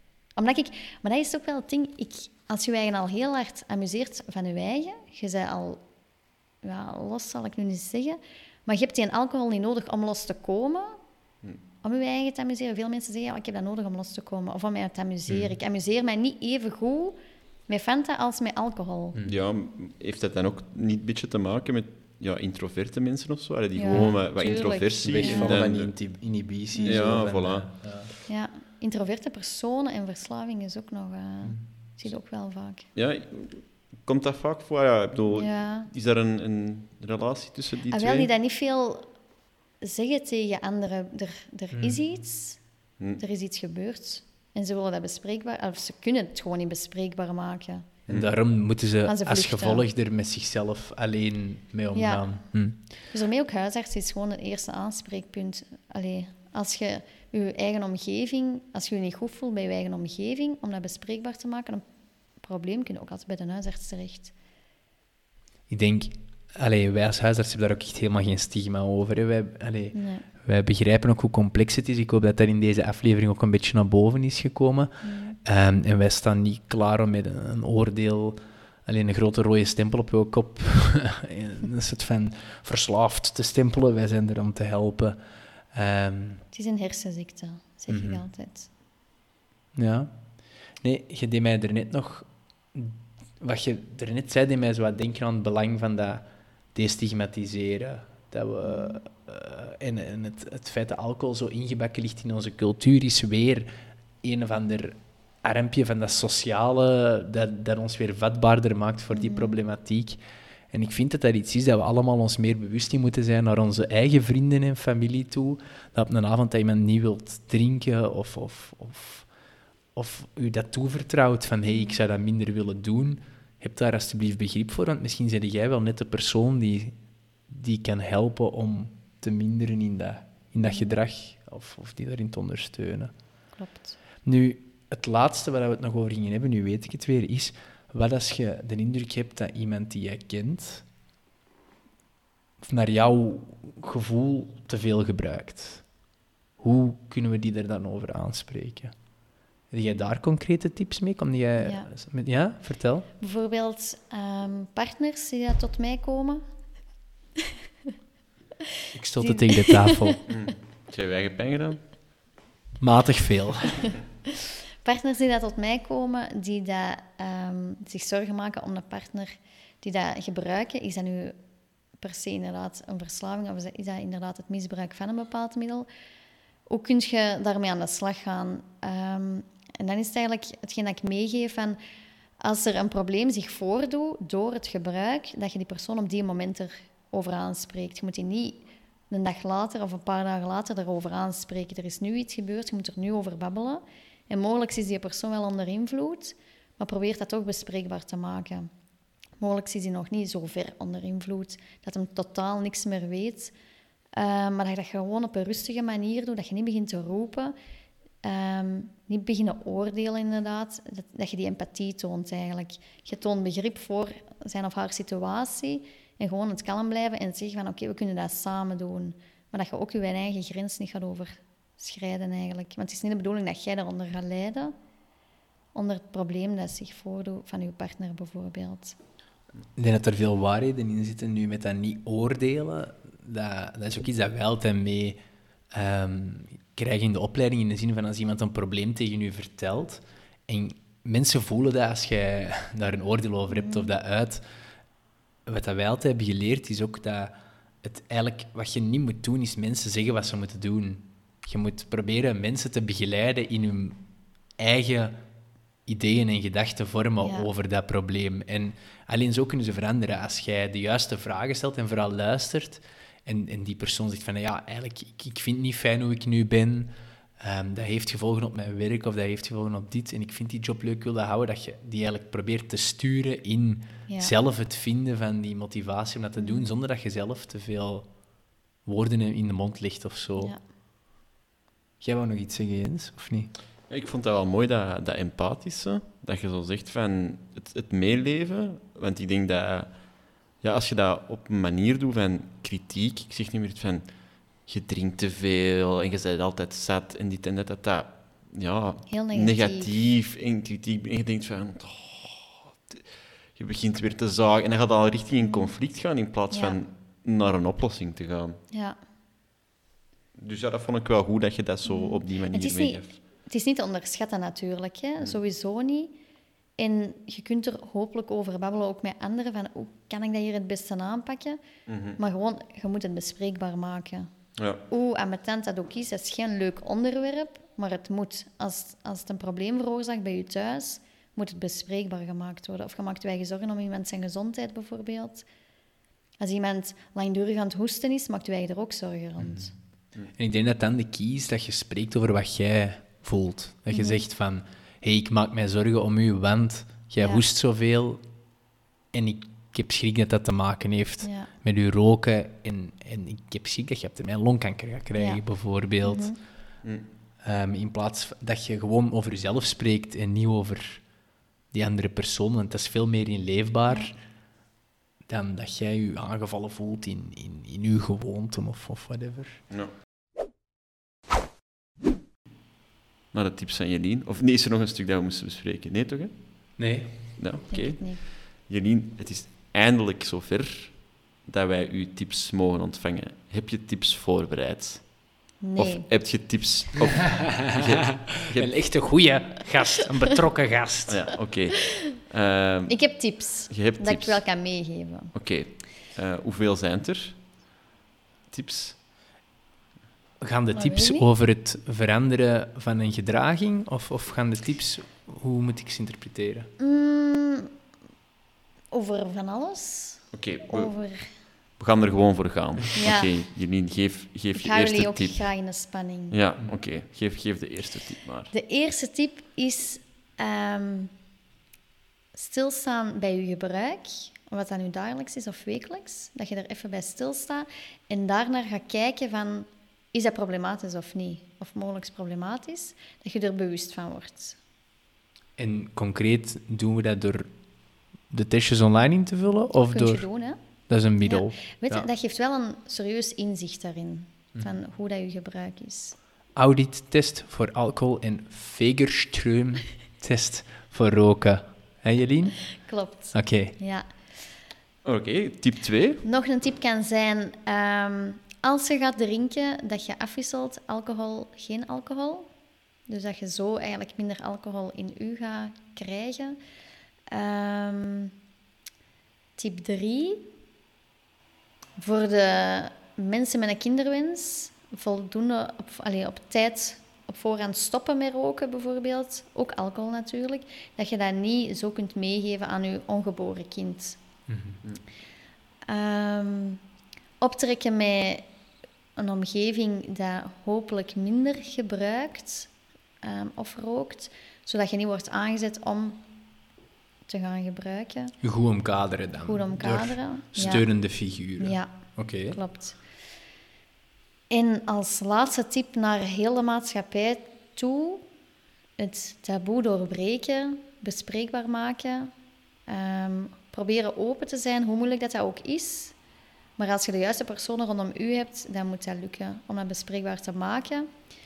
Maar dat is ook wel het ding. Als je eigen al heel hard amuseert van je eigen, je bent al los, zal ik nu niet zeggen, maar je hebt die alcohol niet nodig om los te komen, om je eigen te amuseren. Veel mensen zeggen, ik heb dat nodig om los te komen, of om mij te amuseren. Ik amuseer mij niet even goed met Fanta als met alcohol. Ja, heeft dat dan ook niet een beetje te maken met introverte mensen of zo? Die Ja, gewoon wat tuurlijk. introversie... Wegvallen en van dan- die inhibitie. Ja, zo, voilà. Ja, introverte personen en verslaving is ook nog... zie je ook wel vaak. Ja, komt dat vaak voor? Ja, ik bedoel, Ja. is er een relatie tussen die Wel, twee? die dat niet veel zeggen tegen anderen. Er is iets, er is iets gebeurd. En ze willen dat bespreekbaar... Of ze kunnen het gewoon niet bespreekbaar maken. En daarom moeten ze Gaan ze als vluchten. gevolg er met zichzelf alleen mee omgaan. Dus daarmee ook huisarts is gewoon het eerste aanspreekpunt. Als je je eigen omgeving... Als je je niet goed voelt bij je eigen omgeving, om dat bespreekbaar te maken, een probleem kun je ook altijd bij de huisarts terecht. Ik denk, wij als huisarts hebben daar ook echt helemaal geen stigma over. Hè. Nee. Wij begrijpen ook hoe complex het is. Ik hoop dat dat in deze aflevering ook een beetje naar boven is gekomen. En wij staan niet klaar om met een oordeel, alleen een grote rode stempel op uw kop, een soort van verslaafd te stempelen. Wij zijn er om te helpen. Het is een hersenziekte, zeg ik altijd. Ja. Nee, je deed mij er net nog... Wat je er net zei, deed mij zo wat denken aan het belang van dat destigmatiseren. Dat we... en het feit dat alcohol zo ingebakken ligt in onze cultuur is weer een of ander armpje van dat sociale dat ons weer vatbaarder maakt voor die problematiek. En ik vind dat dat iets is dat we allemaal ons meer bewust in moeten zijn naar onze eigen vrienden en familie toe. Dat op een avond dat iemand niet wilt drinken of u dat toevertrouwt van hey, ik zou dat minder willen doen, heb daar alsjeblieft begrip voor, want misschien ben jij wel net de persoon die kan helpen om te minderen in dat gedrag of die daarin te ondersteunen. Klopt. Nu, het laatste waar we het nog over gingen hebben, nu weet ik het weer, is wat als je de indruk hebt dat iemand die jij kent, of naar jouw gevoel te veel gebruikt. Hoe kunnen we die er dan over aanspreken? Heb jij daar concrete tips mee? Kom jij Ja. Ja, vertel. Bijvoorbeeld partners die tot mij komen. Ik stotte tegen de tafel. Heb jij je eigen pijn gedaan? Matig veel. Partners die tot mij komen, die zich zorgen maken om de partner die dat gebruiken. Is dat nu per se inderdaad een verslaving of is dat inderdaad het misbruik van een bepaald middel? Hoe kun je daarmee aan de slag gaan? En dan is het eigenlijk hetgeen dat ik meegeef van... Als er een probleem zich voordoet door het gebruik, dat je die persoon op die moment erover aanspreekt. Je moet die niet een dag later of een paar dagen later erover aanspreken. Er is nu iets gebeurd, je moet er nu over babbelen. En mogelijk is die persoon wel onder invloed, maar probeer dat toch bespreekbaar te maken. Mogelijk is hij nog niet zo ver onder invloed dat hij totaal niks meer weet. Maar dat je dat gewoon op een rustige manier doet, dat je niet begint te roepen... niet beginnen oordelen, inderdaad. Dat je die empathie toont, eigenlijk. Je toont begrip voor zijn of haar situatie en gewoon het kalm blijven en zeggen van oké, we kunnen dat samen doen. Maar dat je ook je eigen grens niet gaat overschrijden, eigenlijk. Want het is niet de bedoeling dat jij eronder gaat lijden, onder het probleem dat zich voordoet van je partner, bijvoorbeeld. Ik denk dat er veel waarheden in zitten nu met dat niet oordelen. Dat is ook iets dat wij altijd mee... krijg je in de opleiding in de zin van als iemand een probleem tegen je vertelt en mensen voelen dat als jij daar een oordeel over hebt of dat uit. Wat dat wij altijd hebben geleerd is ook dat het eigenlijk wat je niet moet doen is mensen zeggen wat ze moeten doen. Je moet proberen mensen te begeleiden in hun eigen ideeën en gedachten vormen over dat probleem. En alleen zo kunnen ze veranderen als jij de juiste vragen stelt en vooral luistert. En die persoon zegt van, ja, eigenlijk, ik vind het niet fijn hoe ik nu ben. Dat heeft gevolgen op mijn werk of dat heeft gevolgen op dit. En ik vind die job leuk, ik wil dat houden. Dat je die eigenlijk probeert te sturen in zelf het vinden van die motivatie om dat te doen, zonder dat je zelf te veel woorden in de mond legt of zo. Ja. Jij wou nog iets zeggen, Jens, of niet? Ja, ik vond dat wel mooi, dat empathische. Dat je zo zegt van het meeleven. Want ik denk dat... Ja, als je dat op een manier doet van kritiek, ik zeg niet meer van je drinkt te veel en je bent altijd zat en dit en dat ja, heel negatief en kritiek. En je denkt van, je begint weer te zagen en dan gaat al richting een conflict gaan in plaats van naar een oplossing te gaan. Ja. Dus ja, dat vond ik wel goed dat je dat zo op die manier meegeeft. Het is niet te onderschatten natuurlijk, hè? Sowieso niet. En je kunt er hopelijk over babbelen, ook met anderen, van hoe kan ik dat hier het beste aanpakken? Maar gewoon, je moet het bespreekbaar maken. Ja. Hoe ambetant dat ook is, dat is geen leuk onderwerp, maar het moet. Als het een probleem veroorzaakt bij je thuis, moet het bespreekbaar gemaakt worden. Of je maakt je eigen zorgen om iemand zijn gezondheid, bijvoorbeeld. Als iemand langdurig aan het hoesten is, maakt je eigen er ook zorgen rond. En ik denk dat dan de key is dat je spreekt over wat jij voelt. Dat je zegt van... Hey, ik maak mij zorgen om u, want jij hoest zoveel en ik heb schrik dat dat te maken heeft met uw roken en ik heb schrik dat je op termijn longkanker gaat krijgen, bijvoorbeeld. In plaats dat je gewoon over jezelf spreekt en niet over die andere persoon, want dat is veel meer inleefbaar dan dat jij je aangevallen voelt in je gewoonten of whatever. Ja. Naar de tips van Jelien. Of nee, is er nog een stuk dat we moesten bespreken? Nee, toch? Hè? Nee. Ja, oké. Jelien, het is eindelijk zover dat wij uw tips mogen ontvangen. Heb je tips voorbereid? Nee. Of heb je tips... Een echte goeie gast, een betrokken gast. Ja, oké. Ik heb tips je hebt dat tips. ik wel kan meegeven. Oké. Hoeveel zijn er? Tips? Gaan de tips over het veranderen van een gedraging? Of gaan de tips... Hoe moet ik ze interpreteren? Over van alles. Oké, we gaan er gewoon voor gaan. Ja. Oké, Jelien, geef je eerste tip. Ik hou jullie ook graag in de spanning. Ja, oké. Geef de eerste tip maar. De eerste tip is stilstaan bij je gebruik, wat dat nu dagelijks is of wekelijks, dat je er even bij stilstaat en daarnaar gaat kijken van, is dat problematisch of niet? Of mogelijk problematisch, dat je er bewust van wordt. En concreet doen we dat door de testjes online in te vullen? Of Dat kun je door... doen, hè? Dat is een middel. Ja. Weet je, dat geeft wel een serieus inzicht daarin, van hoe dat je gebruik is. Audit-test voor alcohol en Fagerström-test voor roken. Hè, Jelien? Klopt. Oké. Ja. Oké, tip 2. Nog een tip kan zijn, als je gaat drinken, dat je afwisselt alcohol, geen alcohol. Dus dat je zo eigenlijk minder alcohol in u gaat krijgen. Tip 3. Voor de mensen met een kinderwens, voldoende op tijd op voorhand stoppen met roken bijvoorbeeld, ook alcohol natuurlijk, dat je dat niet zo kunt meegeven aan je ongeboren kind. Optrekken met een omgeving dat hopelijk minder gebruikt of rookt, zodat je niet wordt aangezet om te gaan gebruiken. Goed omkaderen dan. Goed omkaderen. Door steunende figuren. Ja, Oké. klopt. En als laatste tip naar heel de maatschappij toe, het taboe doorbreken, bespreekbaar maken, proberen open te zijn, hoe moeilijk dat ook is. Maar als je de juiste personen rondom u hebt, dan moet dat lukken om dat bespreekbaar te maken.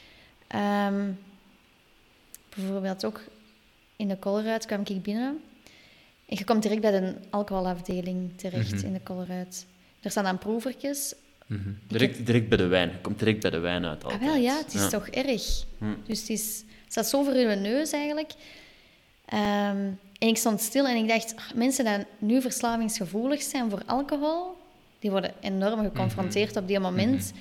Bijvoorbeeld ook in de Colruyt kwam ik binnen. En je komt direct bij de alcoholafdeling terecht in de Colruyt. Er staan dan proevertjes. Direct bij de wijn. Je komt direct bij de wijn uit altijd. Wel ja, het is toch erg. Dus het staat zo voor uw neus eigenlijk. En ik stond stil en ik dacht, mensen die nu verslavingsgevoelig zijn voor alcohol, die worden enorm geconfronteerd op die moment.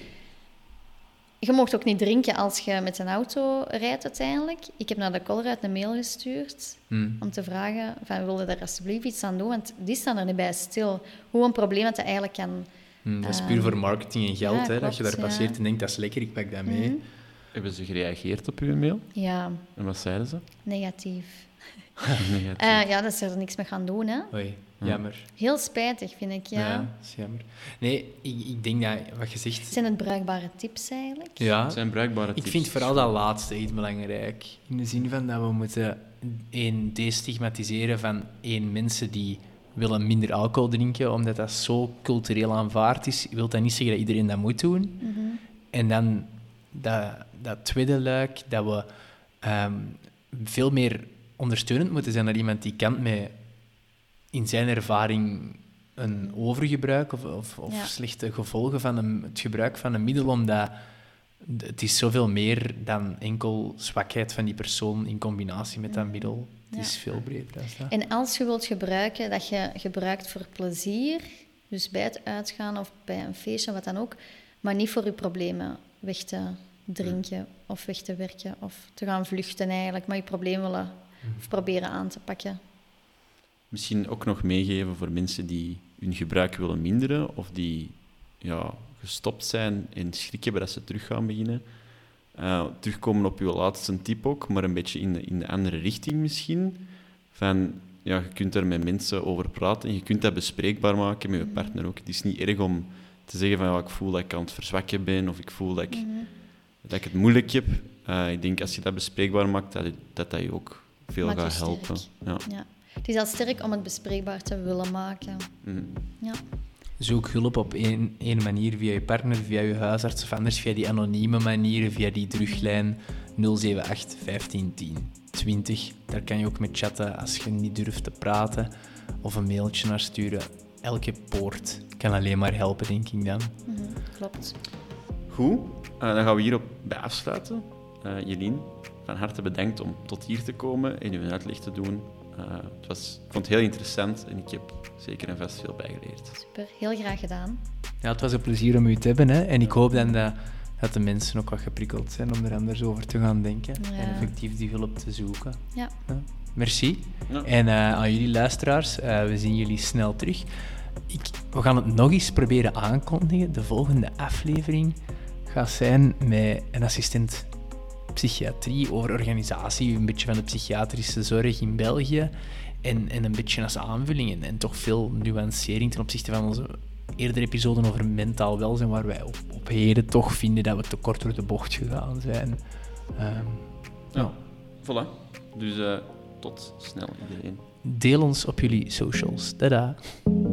Je mocht ook niet drinken als je met een auto rijdt uiteindelijk. Ik heb naar de Colruyt een mail gestuurd om te vragen van, wilde daar alsjeblieft iets aan doen? Want die staan er niet bij stil. Hoe een probleem dat eigenlijk kan... Dat is puur voor marketing en geld, ja, hè, klopt, dat je daar passeert en denkt, dat is lekker, ik pak dat mee. Hebben ze gereageerd op uw mail? Ja, En wat zeiden ze? negatief. Negatief. Ja, dat ze er niks mee gaan doen, hè. Oei, jammer. Heel spijtig, vind ik, ja. Dat is jammer. Nee, ik denk dat, wat je zegt... Zijn het bruikbare tips eigenlijk? Ja, Het zijn bruikbare ik tips. vind vooral dat laatste iets belangrijk. In de zin van dat we moeten destigmatiseren van mensen die willen minder alcohol drinken, omdat dat zo cultureel aanvaard is. Wil dat niet zeggen dat iedereen dat moet doen. En dan dat tweede luik, dat we veel meer ondersteunend moeten zijn naar iemand die kent met in zijn ervaring een overgebruik of slechte gevolgen van het gebruik van een middel, omdat het is zoveel meer dan enkel zwakheid van die persoon in combinatie met dat middel. Het is veel breder dan dat. En als je wilt gebruiken, dat je gebruikt voor plezier, dus bij het uitgaan of bij een feestje, wat dan ook, maar niet voor je problemen weg te drinken of weg te werken of te gaan vluchten eigenlijk, maar je probleem willen of proberen aan te pakken. Misschien ook nog meegeven voor mensen die hun gebruik willen minderen of die gestopt zijn en schrik hebben dat ze terug gaan beginnen. Terugkomen op uw laatste tip ook, maar een beetje in de andere richting misschien. Van, je kunt er met mensen over praten en je kunt dat bespreekbaar maken met je partner ook. Het is niet erg om te zeggen van ik voel dat ik aan het verzwakken ben of ik voel dat ik het moeilijk heb. Ik denk als je dat bespreekbaar maakt, dat je ook veel Maakt je gaat helpen. sterk. Ja. Het is al sterk om het bespreekbaar te willen maken. Ja. Zoek hulp op één manier, via je partner, via je huisarts of anders via die anonieme manieren, via die teruglijn 078 1510 20. Daar kan je ook mee chatten als je niet durft te praten of een mailtje naar sturen. Elke poort kan alleen maar helpen, denk ik dan. Klopt. Goed, dan gaan we hierop bij afsluiten. Jelien, van harte bedankt om tot hier te komen en uw uitleg te doen. Ik vond het heel interessant en ik heb zeker en vast veel bijgeleerd. Super, heel graag gedaan. Ja, het was een plezier om u te hebben. Hè? En ik hoop dan dat de mensen ook wat geprikkeld zijn om er anders over te gaan denken. Ja. En effectief die hulp te zoeken. Ja. Merci. Ja. En aan jullie luisteraars, we zien jullie snel terug. We gaan het nog eens proberen aankondigen. De volgende aflevering gaat zijn met een assistent psychiatrie over organisatie, een beetje van de psychiatrische zorg in België en een beetje als aanvulling en toch veel nuancering ten opzichte van onze eerdere episoden over mentaal welzijn, waar wij op heden toch vinden dat we te kort door de bocht gegaan zijn. Voilà. Dus tot snel iedereen. Deel ons op jullie socials. Tada!